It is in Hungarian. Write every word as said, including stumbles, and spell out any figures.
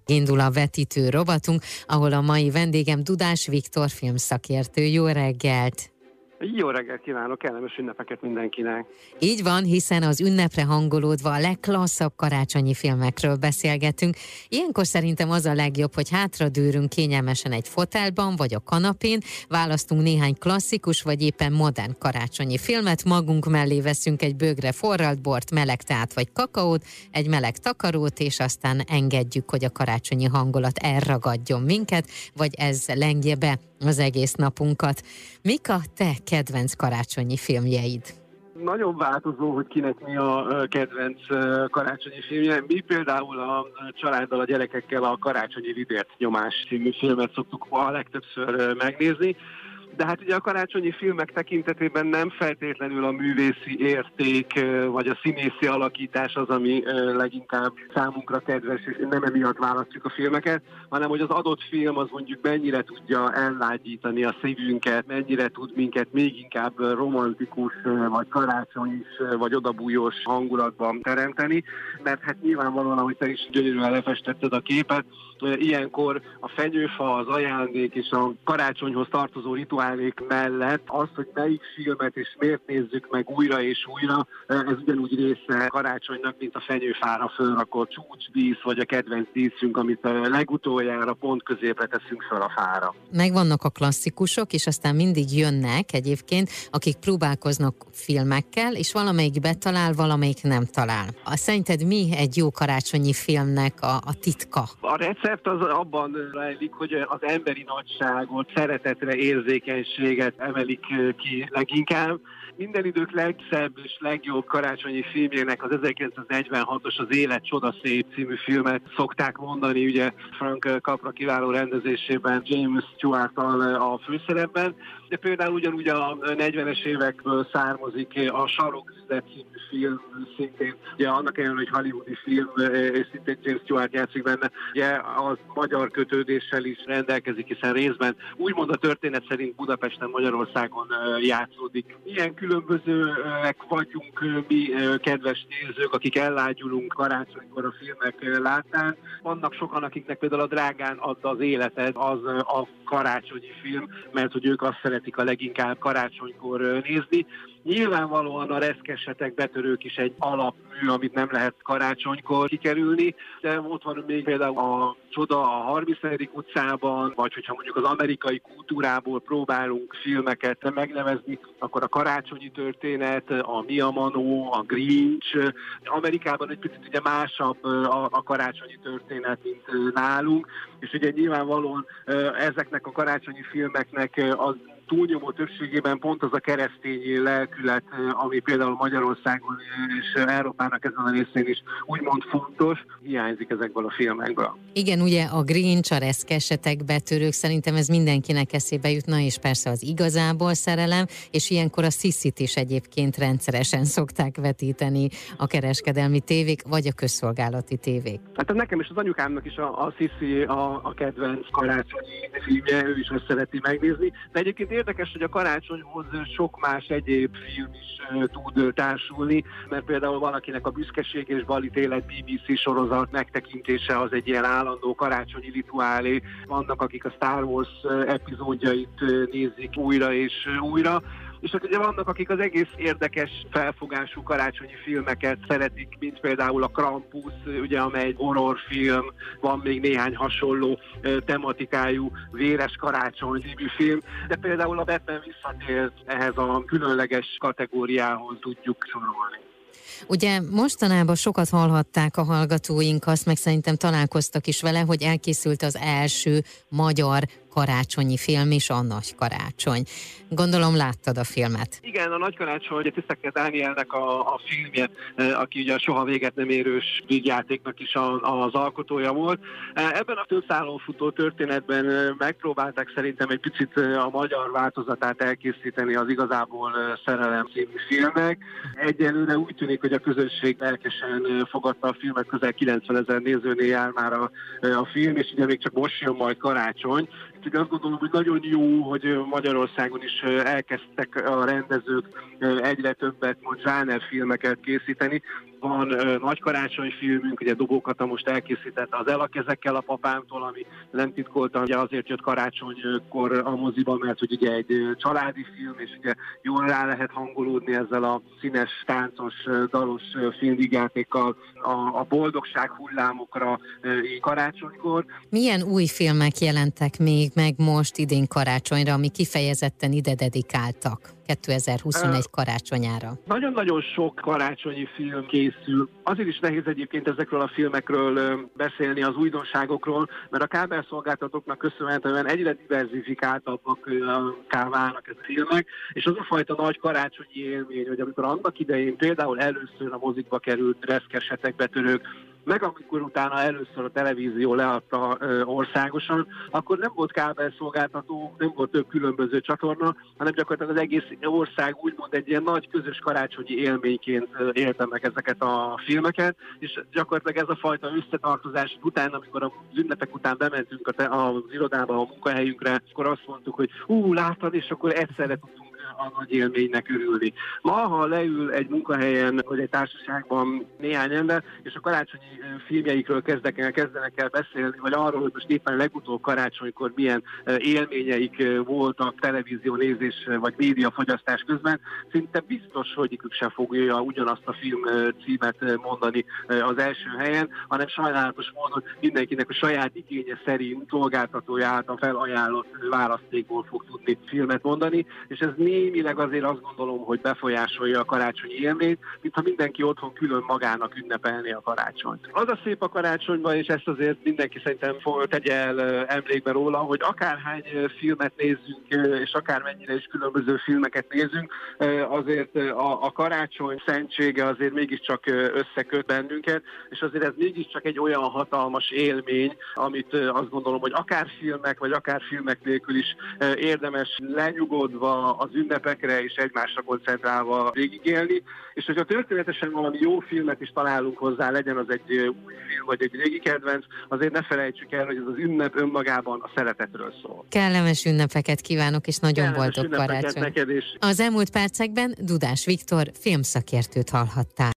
Indul a vetítő rovatunk, ahol a mai vendégem Dudás Viktor filmszakértő. Jó reggelt! Jó reggelt kívánok, kellemes ünnepeket mindenkinek! Így van, hiszen az ünnepre hangolódva a legklasszabb karácsonyi filmekről beszélgetünk. Ilyenkor szerintem az a legjobb, hogy hátradőrünk kényelmesen egy fotelban vagy a kanapén, választunk néhány klasszikus vagy éppen modern karácsonyi filmet, magunk mellé veszünk egy bögre forralt bort, meleg teát vagy kakaót, egy meleg takarót, és aztán engedjük, hogy a karácsonyi hangulat elragadjon minket, vagy ez lengje be az egész napunkat. Mik a te kedvenc karácsonyi filmjeid? Nagyon változó, hogy kinek mi a kedvenc karácsonyi filmje. Mi például a családdal, a gyerekekkel a Karácsonyi Libért nyomás című filmet szoktuk a legtöbbször megnézni. De hát ugye a karácsonyi filmek tekintetében nem feltétlenül a művészi érték vagy a színészi alakítás az, ami leginkább számunkra kedves, és nem emiatt választjuk a filmeket, hanem hogy az adott film az mondjuk mennyire tudja ellágyítani a szívünket, mennyire tud minket még inkább romantikus, vagy karácsonyis, vagy odabújós hangulatban teremteni, mert hát nyilvánvalóan, ahogy te is gyönyörűen lefestetted a képet, ilyenkor a fenyőfa, az ajándék és a karácsonyhoz tartozó rituálék mellett az, hogy melyik filmet és miért nézzük meg újra és újra, ez ugyanúgy része karácsonynak, mint a fenyőfára fölrakott csúcsdísz, vagy a kedvenc díszünk, amit legutoljára pont középre teszünk fel a fára. Megvannak a klasszikusok, és aztán mindig jönnek egyébként, akik próbálkoznak filmekkel, és valamelyik betalál, valamelyik nem talál. Szerinted mi egy jó karácsonyi filmnek a, a titka? A recept az abban rejlik, hogy az emberi nagyságot, szeretetre, érzékenységet emelik ki leginkább. Minden idők legszebb és legjobb karácsonyi filmjének az ezerkilencszáznegyvenhatos Az Élet csodaszép című filmet szokták mondani, ugye Frank Capra kiváló rendezésében, James Stewart-tal a főszerepben, de például ugyanúgy a negyvenes évekből származik a Saroküzlet című film, szintén ugye annak ellenére, hogy hollywoodi film, és szintén James Stewart játszik benne, ugye a magyar kötődéssel is rendelkezik, hiszen részben úgymond a történet szerint Budapesten, Magyarországon játszódik. Ilyen különbözőek vagyunk mi, kedves nézők, akik ellágyulunk karácsonykor a filmek látán. Vannak sokan, akiknek például a Drágán adta az életed, az a karácsonyi film, mert hogy ők azt szeretik a leginkább karácsonykor nézni. Nyilvánvalóan a reszkesetek, betörők is egy alapmű, amit nem lehet karácsonykor kikerülni, de ott van még például a Csoda a harmincadik utcában, vagy hogyha mondjuk az amerikai kultúrából próbálunk filmeket megnevezni, akkor a Karácsonyi Történet, a Mi a Manó, a Grinch. Amerikában egy picit ugye másabb a, a karácsonyi történet, mint nálunk, és ugye nyilvánvalóan ezeknek a karácsonyi filmeknek az túlnyomó többségében pont az a keresztény lelkület, ami például Magyarországon és Európának ezen a részén is úgymond fontos, hiányzik ezekből a filmekből. Igen, ugye a Grinch, a reszkesetek, betörők, szerintem ez mindenkinek eszébe jutna, és persze az igazából szerelem, és ilyenkor a Sissit is egyébként rendszeresen szokták vetíteni a kereskedelmi tévék, vagy a közszolgálati tévék. Hát nekem és az anyukámnak is a, a Sissi a, a kedvenc karácsonyi filmje, ő is azt szereti megnézni, de egyébként érdekes, hogy a karácsonyhoz sok más egyéb film is uh, tud társulni, mert például valakinek a Büszkeség és Balit élet bé bé cé sorozat megtekintése az egy ilyen állandó karácsonyi rituálé. Vannak, akik a Star Wars epizódjait nézik újra és újra, és hát ugye vannak, akik az egész érdekes felfogású karácsonyi filmeket szeretik, mint például a Krampus, ugye, amely egy horrorfilm, van még néhány hasonló tematikájú Véres karácsony című film, de például a Batman visszatért ehhez a különleges kategóriához tudjuk sorolni. Ugye mostanában sokat hallhatták a hallgatóink azt, meg szerintem találkoztak is vele, hogy elkészült az első magyar karácsonyi film is, a Nagy Karácsony. Gondolom láttad a filmet. Igen, a Nagy Karácsony, ugye Tiszteker Dánielnek a, a filmje, aki ugye a Soha véget nem érős vígjátéknak is a, az alkotója volt. Ebben a több szálon futó történetben megpróbálták szerintem egy picit a magyar változatát elkészíteni az Igazából szerelem című filmnek. Egyelőre úgy tűnik, hogy a közönség lelkesen fogadta a filmet, közel kilencvenezer nézőnél jár már a, a film, és ugye még csak most jön majd karácsony. Úgyhogy azt gondolom, hogy nagyon jó, hogy Magyarországon is elkezdtek a rendezők egyre többet most zsánerfilmeket készíteni. Van ö, nagy karácsonyfilmünk, ugye Dobó Kata most elkészítette az El a kezekkel a papámtól, ami nem titkoltan, ugye azért jött karácsonykor a moziba, mert hogy ugye egy ö, családi film, és ugye jól rá lehet hangolódni ezzel a színes, táncos, ö, dalos ö, filmvígjátékkal a, a boldogság hullámokra ö, így karácsonykor. Milyen új filmek jelentek még meg most idén karácsonyra, ami kifejezetten ide dedikáltak kétezer-huszonegy karácsonyára? Nagyon-nagyon sok karácsonyi film készül. Azért is nehéz egyébként ezekről a filmekről beszélni, az újdonságokról, mert a kábelszolgáltatóknak köszönhetően egyre diverzifikáltabbak válnak ezek a filmek, és az a fajta nagy karácsonyi élmény, hogy amikor annak idején például először a mozikba került Reszkesetek betörők, meg amikor utána először a televízió leadta ö, országosan, akkor nem volt kábelszolgáltató, nem volt több különböző csatorna, hanem gyakorlatilag az egész ország úgymond egy ilyen nagy közös karácsonyi élményként ö, élte meg ezeket a filmeket, és gyakorlatilag ez a fajta összetartozás után, amikor az ünnepek után bementünk a te, az irodába, a munkahelyünkre, akkor azt mondtuk, hogy hú, láttad, és akkor egyszerre tudtunk a nagy élménynek örülni. Ma, ha leül egy munkahelyen, vagy egy társaságban néhány ember, és a karácsonyi filmjeikről kezdek, kezdenek el beszélni, vagy arról, hogy most éppen legutóbb karácsonykor milyen élményeik voltak televízió nézés, vagy médiafogyasztás közben, szinte biztos, hogy ők sem fogja ugyanazt a film címet mondani az első helyen, hanem sajnálatos módon mindenkinek a saját igénye szerint szolgáltatója által felajánlott választékból fog tudni filmet mondani, és ez némileg azért azt gondolom, hogy befolyásolja a karácsonyi élményt, mintha mindenki otthon külön magának ünnepelni a karácsonyt. Az a szép a karácsonyban, és ezt azért mindenki szerintem tegye el emlékbe róla, hogy akárhány filmet nézzünk, és akármennyire is különböző filmeket nézünk, azért a, a karácsony szentsége azért mégiscsak összeköt bennünket, és azért ez mégiscsak egy olyan hatalmas élmény, amit azt gondolom, hogy akár filmek, vagy akár filmek nélkül is érdemes lenyugodva az ünnepekre és egymásra koncentrálva végigélni, és hogyha történetesen valami jó filmet is találunk hozzá, legyen az egy új film vagy egy régi kedvenc, azért ne felejtsük el, hogy ez az ünnep önmagában a szeretetről szól. Kellemes ünnepeket kívánok, és nagyon Kellemes boldog karácsony. Neked is. Az elmúlt percekben Dudás Viktor filmszakértőt hallhattál.